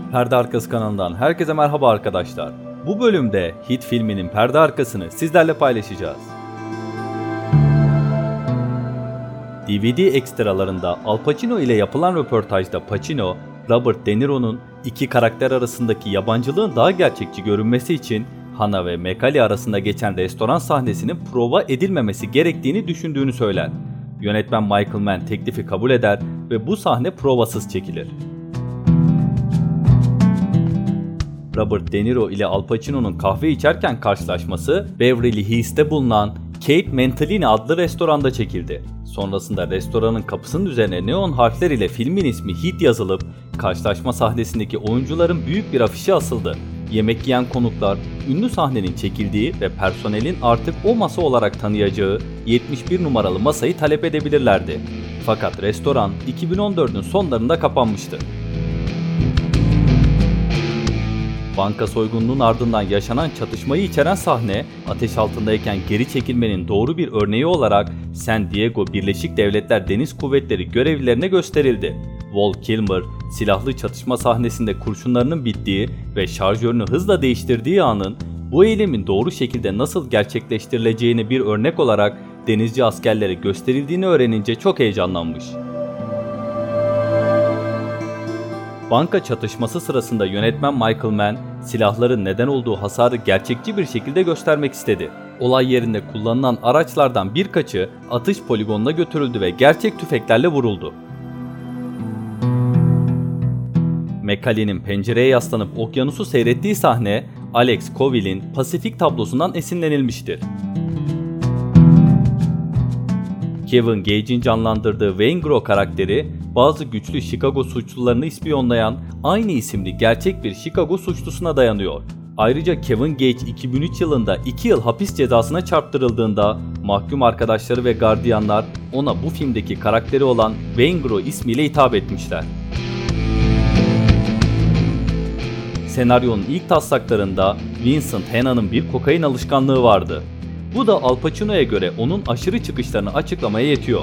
Perde Arkası kanalından herkese merhaba arkadaşlar. Bu bölümde Hit filminin perde arkasını sizlerle paylaşacağız. DVD ekstralarında Al Pacino ile yapılan röportajda Pacino, Robert De Niro'nun iki karakter arasındaki yabancılığın daha gerçekçi görünmesi için Hannah ve Macaulay arasında geçen restoran sahnesinin prova edilmemesi gerektiğini düşündüğünü söyler. Yönetmen Michael Mann teklifi kabul eder ve bu sahne provasız çekilir. Robert De Niro ile Al Pacino'nun kahve içerken karşılaşması Beverly Hills'te bulunan Kate Mentalini adlı restoranda çekildi. Sonrasında restoranın kapısının üzerine neon harfler ile filmin ismi Hit yazılıp karşılaşma sahnesindeki oyuncuların büyük bir afişi asıldı. Yemek yiyen konuklar ünlü sahnenin çekildiği ve personelin artık o masa olarak tanıyacağı 71 numaralı masayı talep edebilirlerdi. Fakat restoran 2014'ün sonlarında kapanmıştı. Banka soygununun ardından yaşanan çatışmayı içeren sahne, ateş altındayken geri çekilmenin doğru bir örneği olarak San Diego Birleşik Devletler Deniz Kuvvetleri görevlilerine gösterildi. Val Kilmer, silahlı çatışma sahnesinde kurşunlarının bittiği ve şarjörünü hızla değiştirdiği anın bu eylemin doğru şekilde nasıl gerçekleştirileceğini bir örnek olarak denizci askerlere gösterildiğini öğrenince çok heyecanlanmış. Banka çatışması sırasında yönetmen Michael Mann, silahların neden olduğu hasarı gerçekçi bir şekilde göstermek istedi. Olay yerinde kullanılan araçlardan birkaçı atış poligonuna götürüldü ve gerçek tüfeklerle vuruldu. Macaulay'nin pencereye yaslanıp okyanusu seyrettiği sahne, Alex Coville'in Pasifik tablosundan esinlenilmiştir. Kevin Gage'in canlandırdığı Wayne Grow karakteri, bazı güçlü Chicago suçlularını ispiyonlayan aynı isimli gerçek bir Chicago suçlusuna dayanıyor. Ayrıca Kevin Gage 2003 yılında 2 yıl hapis cezasına çarptırıldığında mahkum arkadaşları ve gardiyanlar ona bu filmdeki karakteri olan Wayne Grow ismiyle hitap etmişler. Senaryonun ilk taslaklarında Vincent Hanna'nın bir kokain alışkanlığı vardı. Bu da Al Pacino'ya göre onun aşırı çıkışlarını açıklamaya yetiyor.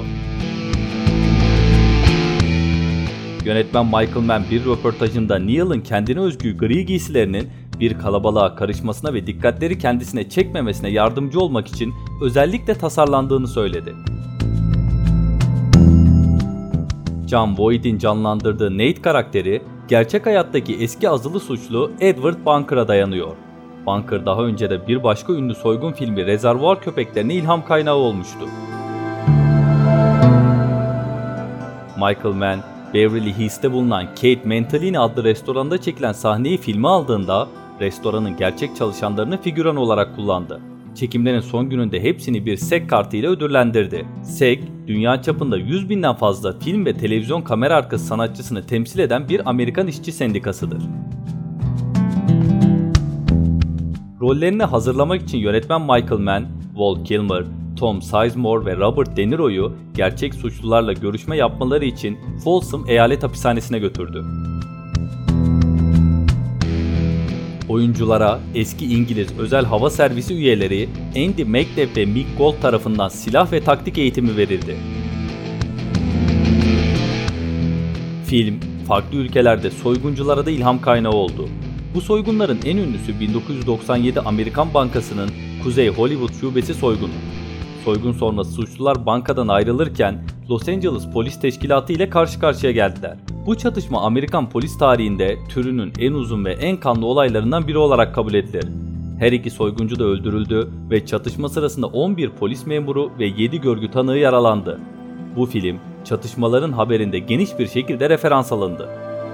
Yönetmen Michael Mann bir röportajında Neil'in kendine özgü gri giysilerinin bir kalabalığa karışmasına ve dikkatleri kendisine çekmemesine yardımcı olmak için özellikle tasarlandığını söyledi. Jon Voight'in canlandırdığı Nate karakteri, gerçek hayattaki eski azılı suçlu Edward Bunker'a dayanıyor. Bunker daha önce de bir başka ünlü soygun filmi Rezervuar Köpeklerine ilham kaynağı olmuştu. Michael Mann, Beverly Hills'te bulunan Kate Mentalini adlı restoranda çekilen sahneyi filme aldığında restoranın gerçek çalışanlarını figüran olarak kullandı. Çekimlerin son gününde hepsini bir SEG kartı ile ödüllendirdi. SEG, dünya çapında 100.000'den fazla film ve televizyon kamera arkası sanatçısını temsil eden bir Amerikan işçi sendikasıdır. Rollerini hazırlamak için yönetmen Michael Mann, Val Kilmer, Tom Sizemore ve Robert De Niro'yu gerçek suçlularla görüşme yapmaları için Folsom Eyalet Hapishanesi'ne götürdü. Oyunculara eski İngiliz Özel Hava Servisi üyeleri Andy McNabb ve Mick Gold tarafından silah ve taktik eğitimi verildi. Film, farklı ülkelerde soygunculara da ilham kaynağı oldu. Bu soygunların en ünlüsü 1997 Amerikan Bankası'nın Kuzey Hollywood şubesi soygunu. Soygun sonrası suçlular bankadan ayrılırken Los Angeles Polis Teşkilatı ile karşı karşıya geldiler. Bu çatışma Amerikan polis tarihinde türünün en uzun ve en kanlı olaylarından biri olarak kabul edilir. Her iki soyguncu da öldürüldü ve çatışma sırasında 11 polis memuru ve 7 görgü tanığı yaralandı. Bu film, çatışmaların haberinde geniş bir şekilde referans alındı.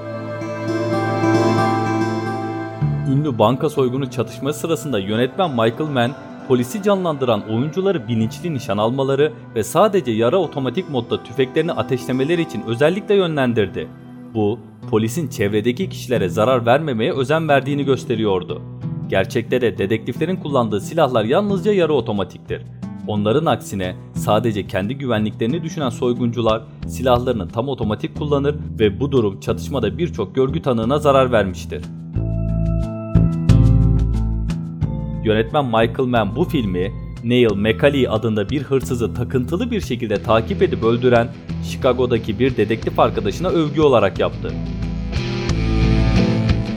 Ünlü banka soygunu çatışması sırasında yönetmen Michael Mann, polisi canlandıran oyuncuları bilinçli nişan almaları ve sadece yara otomatik modda tüfeklerini ateşlemeleri için özellikle yönlendirdi. Bu, polisin çevredeki kişilere zarar vermemeye özen verdiğini gösteriyordu. Gerçekte de dedektiflerin kullandığı silahlar yalnızca yarı otomatiktir. Onların aksine sadece kendi güvenliklerini düşünen soyguncular silahlarını tam otomatik kullanır ve bu durum çatışmada birçok görgü tanığına zarar vermiştir. Yönetmen Michael Mann bu filmi Neil Macaulay adında bir hırsızı takıntılı bir şekilde takip edip öldüren Chicago'daki bir dedektif arkadaşına övgü olarak yaptı.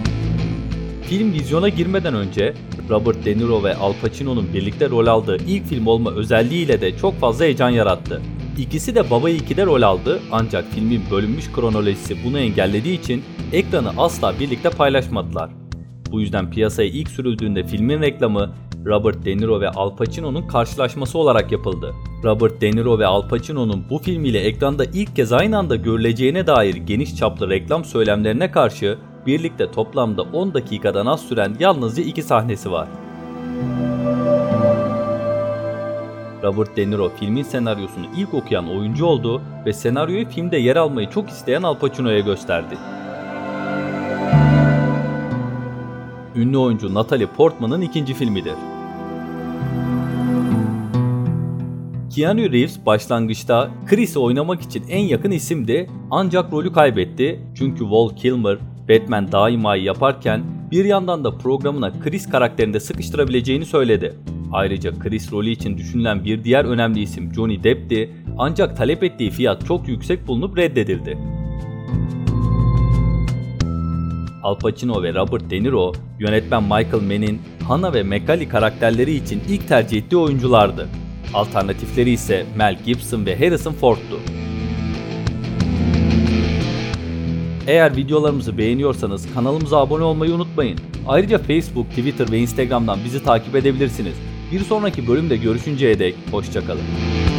Film vizyona girmeden önce Robert De Niro ve Al Pacino'nun birlikte rol aldığı ilk film olma özelliğiyle de çok fazla heyecan yarattı. İkisi de Baba 2'de rol aldı ancak filmin bölünmüş kronolojisi bunu engellediği için ekranı asla birlikte paylaşmadılar. Bu yüzden piyasaya ilk sürüldüğünde filmin reklamı Robert De Niro ve Al Pacino'nun karşılaşması olarak yapıldı. Robert De Niro ve Al Pacino'nun bu filmiyle ekranda ilk kez aynı anda görüleceğine dair geniş çaplı reklam söylemlerine karşı birlikte toplamda 10 dakikadan az süren yalnızca 2 sahnesi var. Robert De Niro filmin senaryosunu ilk okuyan oyuncu oldu ve senaryoyu filmde yer almayı çok isteyen Al Pacino'ya gösterdi. Ünlü oyuncu Natalie Portman'ın ikinci filmidir. Keanu Reeves başlangıçta Chris'i oynamak için en yakın isimdi ancak rolü kaybetti çünkü Val Kilmer Batman Daima'yı yaparken bir yandan da programına Chris karakterini de sıkıştırabileceğini söyledi. Ayrıca Chris rolü için düşünülen bir diğer önemli isim Johnny Depp'ti ancak talep ettiği fiyat çok yüksek bulunup reddedildi. Al Pacino ve Robert De Niro, yönetmen Michael Mann'in Hannah ve Macaulay karakterleri için ilk tercih ettiği oyunculardı. Alternatifleri ise Mel Gibson ve Harrison Ford'tu. Eğer videolarımızı beğeniyorsanız kanalımıza abone olmayı unutmayın. Ayrıca Facebook, Twitter ve Instagram'dan bizi takip edebilirsiniz. Bir sonraki bölümde görüşünceye dek hoşça kalın.